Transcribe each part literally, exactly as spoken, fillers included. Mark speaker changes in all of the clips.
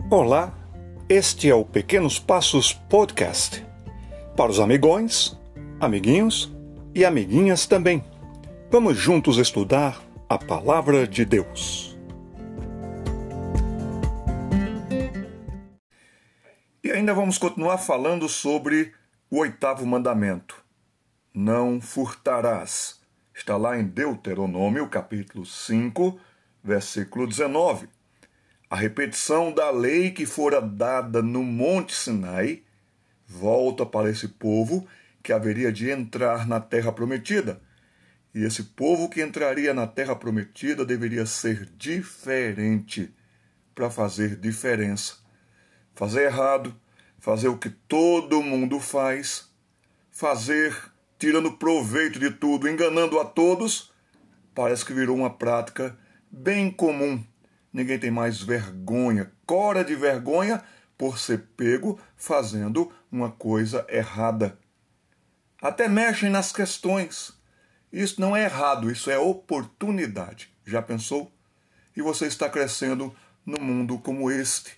Speaker 1: Olá, este é o Pequenos Passos Podcast, para os amigões, amiguinhos e amiguinhas também. Vamos juntos estudar a Palavra de Deus. E ainda vamos continuar falando sobre o oitavo mandamento. Não furtarás. Está lá em Deuteronômio, capítulo cinco, versículo dezenove. A repetição da lei que fora dada no Monte Sinai volta para esse povo que haveria de entrar na terra prometida. E esse povo que entraria na terra prometida deveria ser diferente para fazer diferença. Fazer errado, fazer o que todo mundo faz, fazer tirando proveito de tudo, enganando a todos, parece que virou uma prática bem comum. Ninguém tem mais vergonha, cora de vergonha por ser pego fazendo uma coisa errada. Até mexem nas questões. Isso não é errado, isso é oportunidade. Já pensou? E você está crescendo num mundo como este.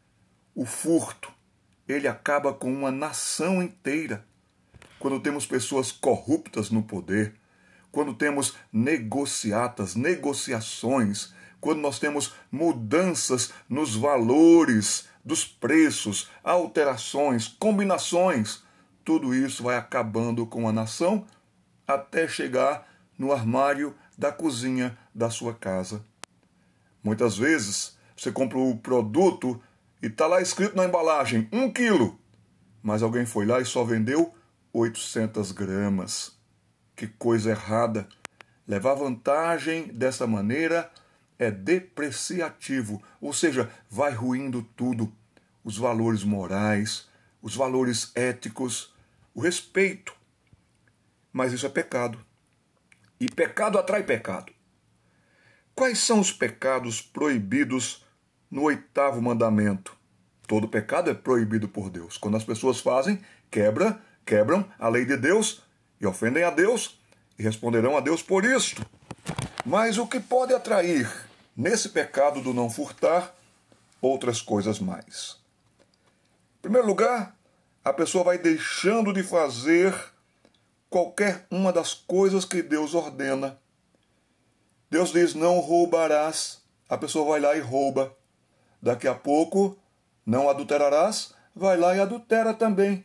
Speaker 1: O furto, ele acaba com uma nação inteira. Quando temos pessoas corruptas no poder, quando temos negociatas, negociações, quando nós temos mudanças nos valores dos preços, alterações, combinações, tudo isso vai acabando com a nação até chegar no armário da cozinha da sua casa. Muitas vezes você compra o produto e está lá escrito na embalagem um quilo, mas alguém foi lá e só vendeu oitocentas gramas. Que coisa errada! Levar vantagem dessa maneira é depreciativo, ou seja, vai ruindo tudo. Os valores morais, os valores éticos, o respeito. Mas isso é pecado. E pecado atrai pecado. Quais são os pecados proibidos no oitavo mandamento? Todo pecado é proibido por Deus. Quando as pessoas fazem, quebra, quebram a lei de Deus e ofendem a Deus e responderão a Deus por isto. Mas o que pode atrair nesse pecado do não furtar outras coisas mais? Em primeiro lugar, a pessoa vai deixando de fazer qualquer uma das coisas que Deus ordena. Deus diz, não roubarás. A pessoa vai lá e rouba. Daqui a pouco, não adulterarás. Vai lá e adultera também.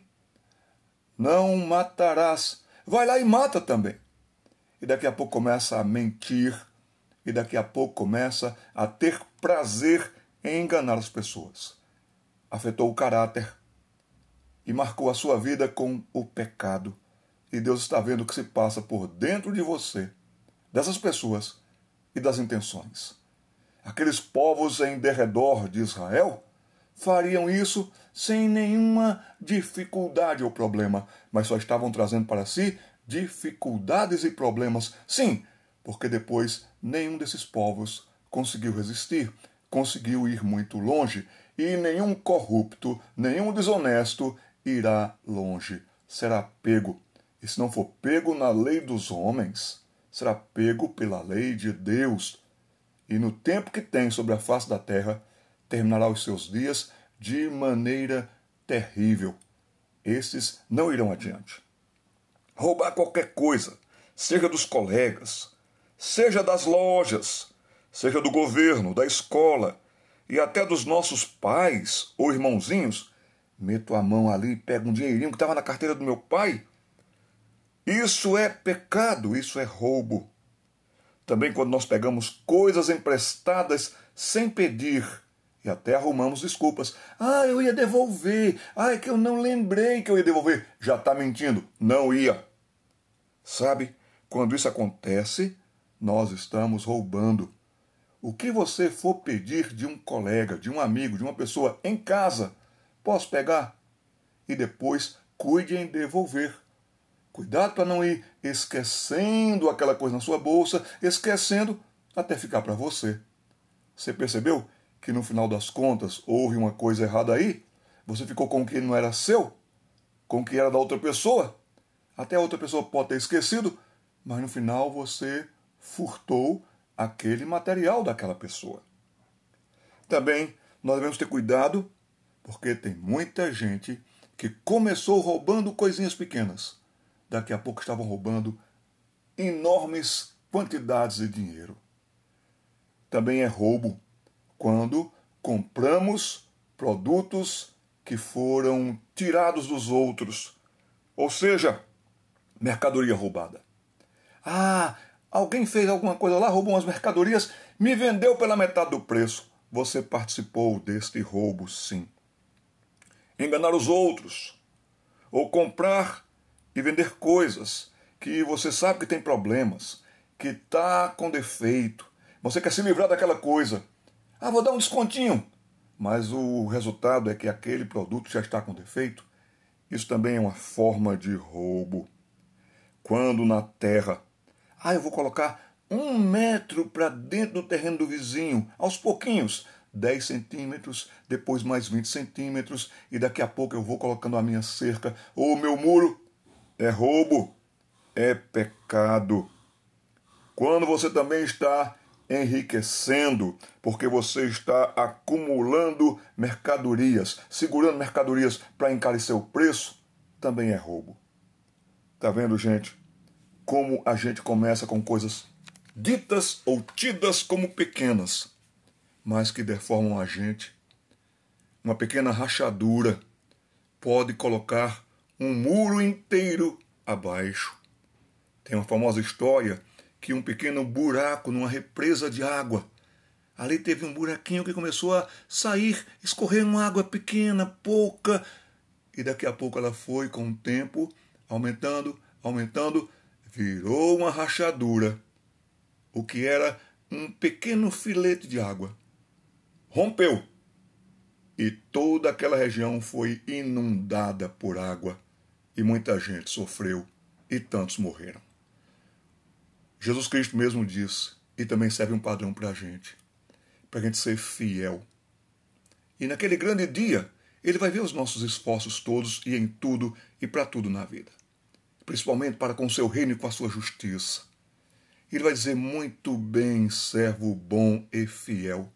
Speaker 1: Não matarás. Vai lá e mata também. E daqui a pouco começa a mentir. E daqui a pouco começa a ter prazer em enganar as pessoas. Afetou o caráter e marcou a sua vida com o pecado. E Deus está vendo o que se passa por dentro de você, dessas pessoas e das intenções. Aqueles povos em derredor de Israel fariam isso sem nenhuma dificuldade ou problema, mas só estavam trazendo para si dificuldades e problemas. Sim, porque depois nenhum desses povos conseguiu resistir, conseguiu ir muito longe, e nenhum corrupto, nenhum desonesto irá longe. Será pego. E se não for pego na lei dos homens, será pego pela lei de Deus. E no tempo que tem sobre a face da terra, terminará os seus dias de maneira terrível. Esses não irão adiante. Roubar qualquer coisa, seja dos colegas, seja das lojas, seja do governo, da escola e até dos nossos pais ou irmãozinhos, meto a mão ali e pego um dinheirinho que estava na carteira do meu pai. Isso é pecado, isso é roubo. Também quando nós pegamos coisas emprestadas sem pedir e até arrumamos desculpas. Ah, eu ia devolver. Ah, é que eu não lembrei que eu ia devolver. Já está mentindo. Não ia. Sabe, quando isso acontece, nós estamos roubando. O que você for pedir de um colega, de um amigo, de uma pessoa em casa, posso pegar? E depois cuide em devolver. Cuidado para não ir esquecendo aquela coisa na sua bolsa, esquecendo até ficar para você. Você percebeu que no final das contas houve uma coisa errada aí? Você ficou com o que não era seu? Com o que era da outra pessoa? Até a outra pessoa pode ter esquecido, mas no final você furtou aquele material daquela pessoa. Também nós devemos ter cuidado, porque tem muita gente que começou roubando coisinhas pequenas. Daqui a pouco estavam roubando enormes quantidades de dinheiro. Também é roubo quando compramos produtos que foram tirados dos outros, ou seja, mercadoria roubada. Ah, alguém fez alguma coisa lá, roubou umas mercadorias, me vendeu pela metade do preço. Você participou deste roubo, sim. Enganar os outros, ou comprar e vender coisas que você sabe que tem problemas, que está com defeito. Você quer se livrar daquela coisa. Ah, vou dar um descontinho. Mas o resultado é que aquele produto já está com defeito. Isso também é uma forma de roubo. Quando na terra, ah, eu vou colocar um metro para dentro do terreno do vizinho, aos pouquinhos, dez centímetros, depois mais vinte centímetros, e daqui a pouco eu vou colocando a minha cerca ou o meu muro. É roubo, é pecado. Quando você também está enriquecendo, porque você está acumulando mercadorias, segurando mercadorias para encarecer o preço, também é roubo. Tá vendo, gente? Como a gente começa com coisas ditas ou tidas como pequenas, mas que deformam a gente. Uma pequena rachadura pode colocar um muro inteiro abaixo. Tem uma famosa história que um pequeno buraco numa represa de água, ali teve um buraquinho que começou a sair, escorrer uma água pequena, pouca, e daqui a pouco ela foi, com o tempo, aumentando, aumentando, virou uma rachadura, o que era um pequeno filete de água. Rompeu, e toda aquela região foi inundada por água, e muita gente sofreu, e tantos morreram. Jesus Cristo mesmo disse, e também serve um padrão para a gente, para a gente ser fiel. E naquele grande dia, Ele vai ver os nossos esforços todos e em tudo e para tudo na vida. Principalmente para com o seu reino e com a sua justiça. Ele vai dizer, muito bem, servo bom e fiel.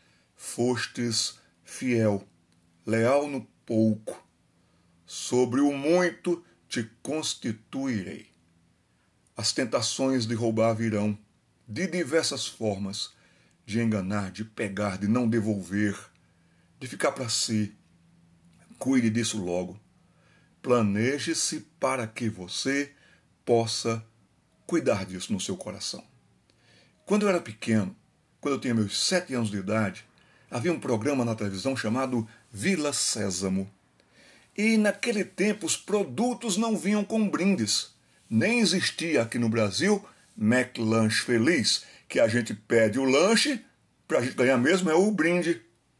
Speaker 1: Fostes fiel, leal no pouco. Sobre o muito te constituirei. As tentações de roubar virão, de diversas formas, de enganar, de pegar, de não devolver, de ficar para si. Cuide disso logo. Planeje-se para que você possa cuidar disso no seu coração. Quando eu era pequeno, quando eu tinha meus sete anos de idade, havia um programa na televisão chamado Vila Sésamo. E naquele tempo os produtos não vinham com brindes. Nem existia aqui no Brasil McLanche Feliz, que a gente pede o lanche, para a gente ganhar mesmo é o brinde.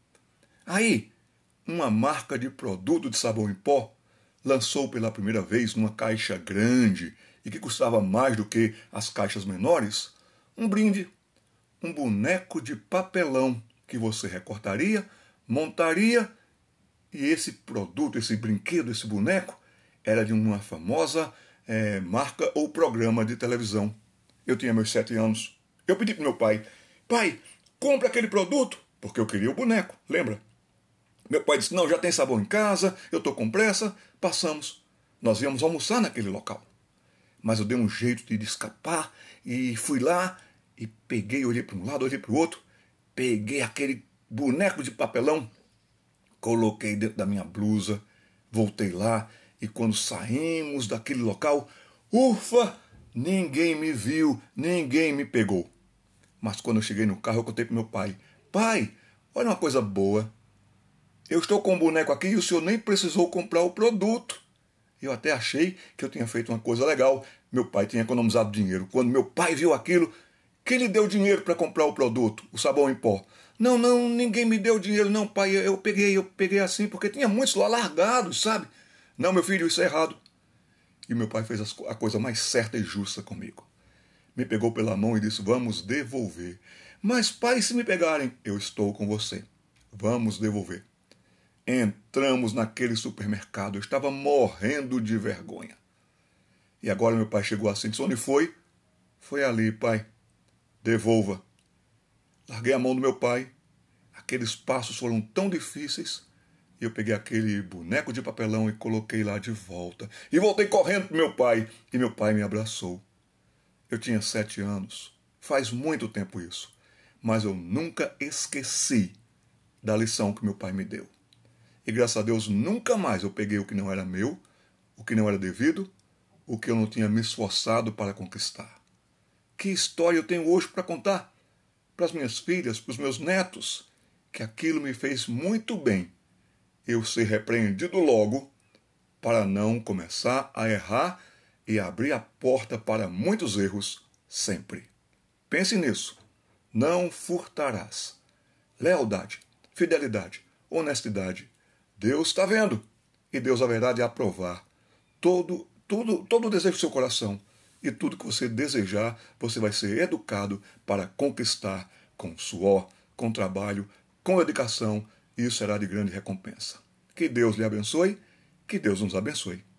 Speaker 1: Aí, uma marca de produto de sabão em pó lançou pela primeira vez numa caixa grande e que custava mais do que as caixas menores, um brinde, um boneco de papelão que você recortaria, montaria, e esse produto, esse brinquedo, esse boneco, era de uma famosa É, marca ou programa de televisão. Eu tinha meus sete anos. Eu pedi para meu pai, pai, compra aquele produto, porque eu queria o boneco, lembra? Meu pai disse, não, já tem sabão em casa, eu estou com pressa, passamos. Nós íamos almoçar naquele local. Mas eu dei um jeito de escapar e fui lá e peguei, olhei para um lado, olhei para o outro, peguei aquele boneco de papelão, coloquei dentro da minha blusa, voltei lá, e quando saímos daquele local, ufa, ninguém me viu, ninguém me pegou. Mas quando eu cheguei no carro, eu contei para meu pai, pai, olha uma coisa boa, eu estou com um boneco aqui e o senhor nem precisou comprar o produto. Eu até achei que eu tinha feito uma coisa legal, meu pai tinha economizado dinheiro. Quando meu pai viu aquilo, quem lhe deu dinheiro para comprar o produto, o sabão em pó? Não, não, ninguém me deu dinheiro não, pai, eu peguei, eu peguei assim, porque tinha muitos lá largados, sabe? Não, meu filho, isso é errado. E meu pai fez a coisa mais certa e justa comigo. Me pegou pela mão e disse, vamos devolver. Mas, pai, se me pegarem, eu estou com você. Vamos devolver. Entramos naquele supermercado, eu estava morrendo de vergonha. E agora meu pai chegou assim, disse, onde foi? Foi ali, pai. Devolva. Larguei a mão do meu pai, Aqueles passos foram tão difíceis. E eu peguei aquele boneco de papelão e coloquei lá de volta. E voltei correndo para meu pai. E meu pai me abraçou. Eu tinha sete anos. Faz muito tempo isso. Mas eu nunca esqueci da lição que meu pai me deu. E graças a Deus nunca mais eu peguei o que não era meu, o que não era devido, o que eu não tinha me esforçado para conquistar. Que história eu tenho hoje para contar para as minhas filhas, para os meus netos, que aquilo me fez muito bem eu ser repreendido logo para não começar a errar e abrir a porta para muitos erros sempre. Pense nisso. Não furtarás. Lealdade, fidelidade, honestidade. Deus está vendo e Deus haverá de aprovar todo, tudo, todo o desejo do seu coração. E tudo que você desejar, você vai ser educado para conquistar com suor, com trabalho, com dedicação, e isso será de grande recompensa. Que Deus lhe abençoe, que Deus nos abençoe.